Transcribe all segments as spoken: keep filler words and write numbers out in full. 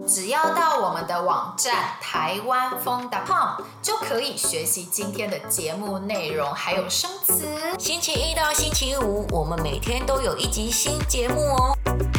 只要到我们的网站台湾风 .com 就可以学习今天的节目内容，还有生词。 星期一到星期五，我们每天都有一集新节目哦。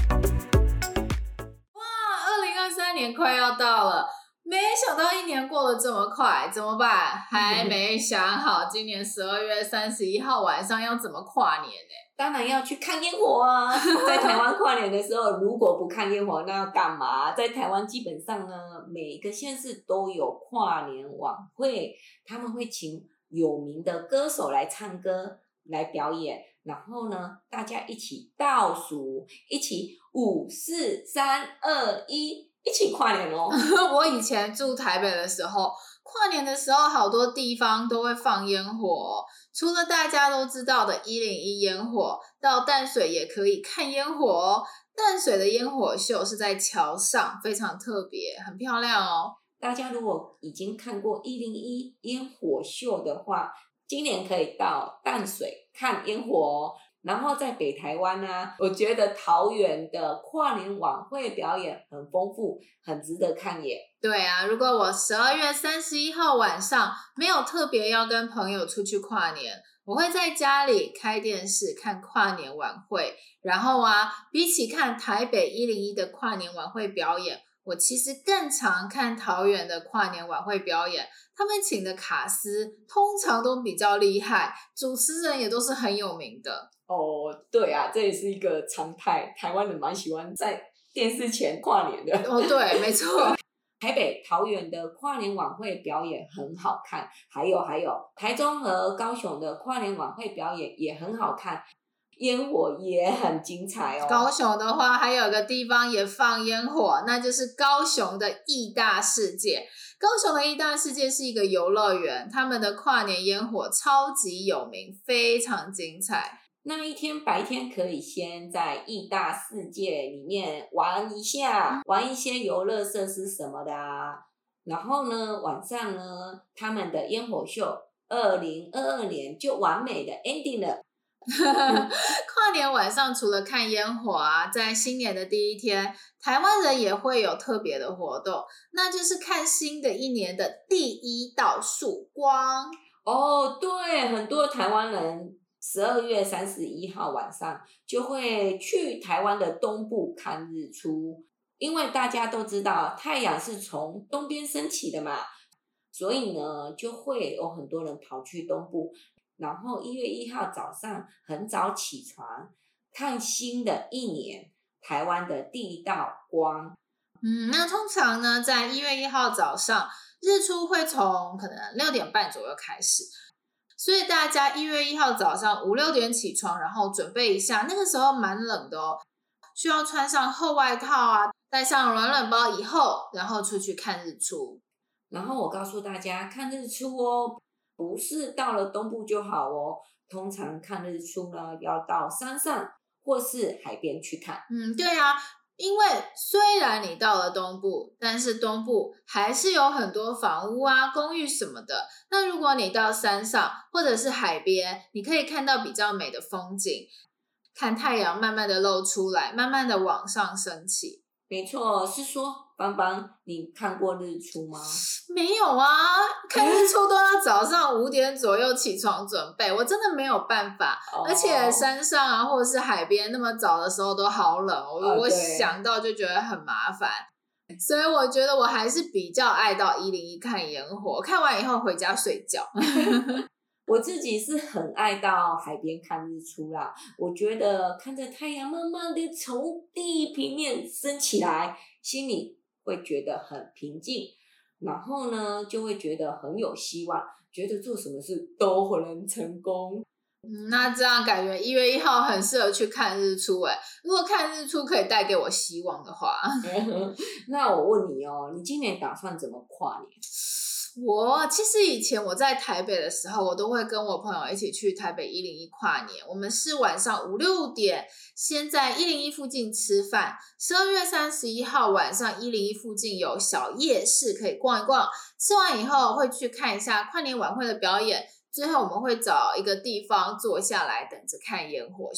哇，二零二三年快要到了，没想到一年过得这么快，怎么办？还没想好今年十二月三十一号晚上要怎么跨年呢？ 当然要去看烟火啊！在台湾跨年的时候，如果不看烟火，那要干嘛？在台湾基本上呢，每个县市都有跨年晚会，他们会请有名的歌手来唱歌、来表演，然后呢，大家一起倒数，一起五四三二一，一起跨年哦！ 我以前住台北的时候，跨年的时候，好多地方都会放烟火哦。除了大家都知道的一零一烟火，到淡水也可以看烟火哦。淡水的烟火秀是在桥上，非常特别，很漂亮哦。 大家如果已经看过一零一烟火秀的话，今年可以到淡水看烟火哦。然后在北台湾啊，我觉得桃园的跨年晚会表演很丰富，很值得看耶。 对啊，如果我十二月三十一号晚上没有特别要跟朋友出去跨年，我会在家里开电视看跨年晚会。然后啊，比起看台北一零一的跨年晚会表演，我其实更常看桃园的跨年晚会表演。他们请的卡司通常都比较厉害，主持人也都是很有名的。 哦，对啊，这也是一个常态，台湾人蛮喜欢在电视前跨年的。 哦，对，没错。 台北、桃园的跨年晚会表演很好看，还有还有台中和高雄的跨年晚会表演也很好看，烟火也很精彩哦。 高雄的话，还有个地方也放烟火，那就是高雄的义大世界。高雄的义大世界是一个游乐园，他们的跨年烟火超级有名，非常精彩。 那一天白天可以先在义大世界里面玩一下，玩一些游乐设施什么的啊。然后呢，晚上呢，他们的烟火秀二零二二年就完美的 ending 了。 跨年晚上除了看烟火啊，在新年的第一天，台湾人也会有特别的活动，那就是看新的一年的第一道曙光。 哦，对，很多台湾人十二月三十一号晚上就会去台湾的东部看日出，因为大家都知道太阳是从东边升起的嘛，所以呢，就会有很多人跑去东部。然后一月一号早上很早起床，看新的一年台湾的第一道光。 嗯，那通常呢，在一月一号早上，日出会从可能六点半左右开始，所以大家一月一号早上五六点起床，然后准备一下，那个时候蛮冷的哦，需要穿上厚外套啊，带上暖暖包以后，然后出去看日出。 然后我告诉大家，看日出哦，不是到了东部就好哦，通常看日出呢，要到山上或是海边去看。 嗯，对啊，因为虽然你到了东部，但是东部还是有很多房屋啊、公寓什么的。那如果你到山上或者是海边，你可以看到比较美的风景，看太阳慢慢的露出来，慢慢的往上升起。 没错，是说邦邦，你看过日出吗？ 没有啊，看日出都要早上五点左右起床准备，我真的没有办法。哦、而且山上啊，或者是海边，那么早的时候都好冷，我、哦、我想到就觉得很麻烦。所以我觉得我还是比较爱到一零一看烟火，看完以后回家睡觉。 我自己是很爱到海边看日出啦，我觉得看着太阳慢慢的从地平面升起来，心里会觉得很平静，然后呢就会觉得很有希望，觉得做什么事都会能成功。 嗯，那这样感觉一月一号很适合去看日出诶，如果看日出可以带给我希望的话。 那我问你哦，你今年打算怎么跨年？ 我其实以前我在台北的时候，我都会跟我朋友一起去台北一零一跨年。我们是晚上五六点先在一零一附近吃饭。十二月三十一号晚上一零一附近有小夜市可以逛一逛，吃完以后会去看一下跨年晚会的表演。最后我们会找一个地方坐下来等着看烟火秀。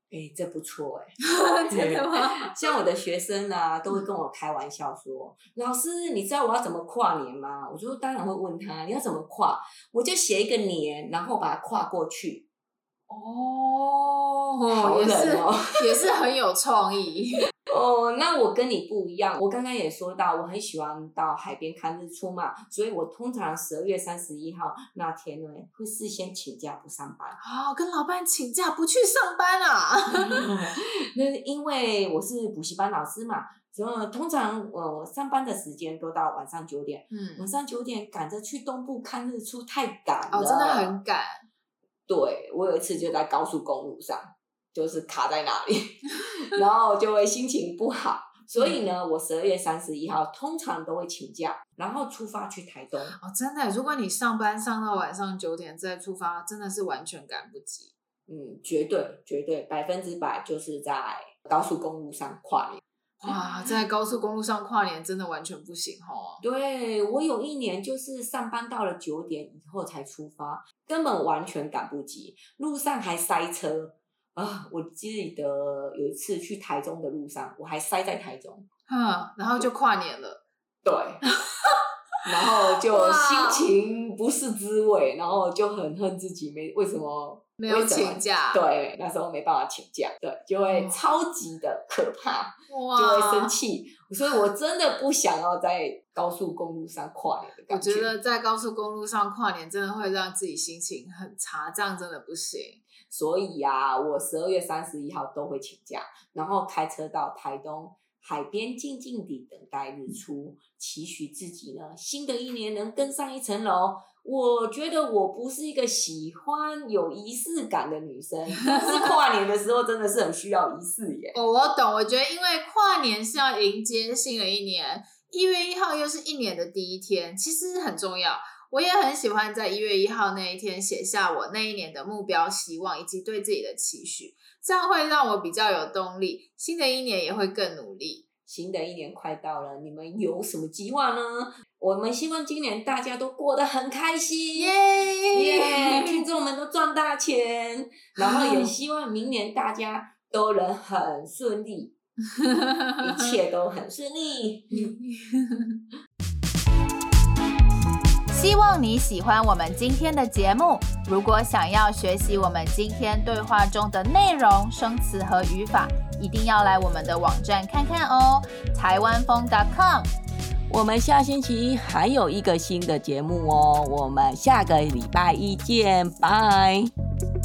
哎，这不错哎， 真的吗？ 像我的学生啊，都会跟我开玩笑说：“老师，你知道我要怎么跨年吗？”我说：“当然会问他，你要怎么跨？我就写一个年，然后把它跨过去。” 哦， 好也是冷哦， 也是很有创意。 哦，那我跟你不一样，我刚刚也说到，我很喜欢到海边看日出嘛，所以我通常十二月三十一号那天呢，会事先请假不上班。 哦，跟老板请假不去上班啊？ 那因为我是补习班老师嘛，所以通常我、呃、上班的时间都到晚上九点， 嗯， 晚上九点赶着去东部看日出，太赶了。 哦，真的很赶。 对，我有一次就在高速公路上，就是卡在那里，然后就会心情不好。所以呢，我十二月三十一号通常都会请假，然后出发去台东。 哦，真的，如果你上班上到晚上九点再出发，真的是完全赶不及。 嗯，绝对绝对百分之百就是在高速公路上跨年。 哇，在高速公路上跨年真的完全不行齁。 对，我有一年就是上班到了九点以后才出发，根本完全赶不及，路上还塞车啊！我记得有一次去台中的路上，我还塞在台中， 嗯，然后就跨年了。 对，然后就心情不是滋味，然后就很恨自己没为什么没有请假， 对，那时候没办法请假，对，就会超级的可怕， 哇， 就会生气，所以我真的不想要在高速公路上跨年的感觉。 我觉得在高速公路上跨年真的会让自己心情很差，这样真的不行。 所以啊，我十二月三十一号都会请假，然后开车到台东海边静静地等待日出，期许自己呢新的一年能更上一层楼。我觉得我不是一个喜欢有仪式感的女生，但是跨年的时候真的是很需要仪式耶。 哦，我懂，我觉得因为跨年是要迎接新的一年，一月一号又是一年的第一天，其实很重要。我也很喜欢在一月一号那一天写下我那一年的目标、希望以及对自己的期许，这样会让我比较有动力，新的一年也会更努力。 新的一年快到了，你们有什么计划呢？我们希望今年大家都过得很开心， 耶耶！听众们都赚大钱，然后也希望明年大家都能很顺利，一切都很顺利。 希望你喜欢我们今天的节目。如果想要学习我们今天对话中的内容、生词和语法，一定要来我们的网站看看哦，台湾风 .com。 我们下星期还有一个新的节目哦，我们下个礼拜一见，拜。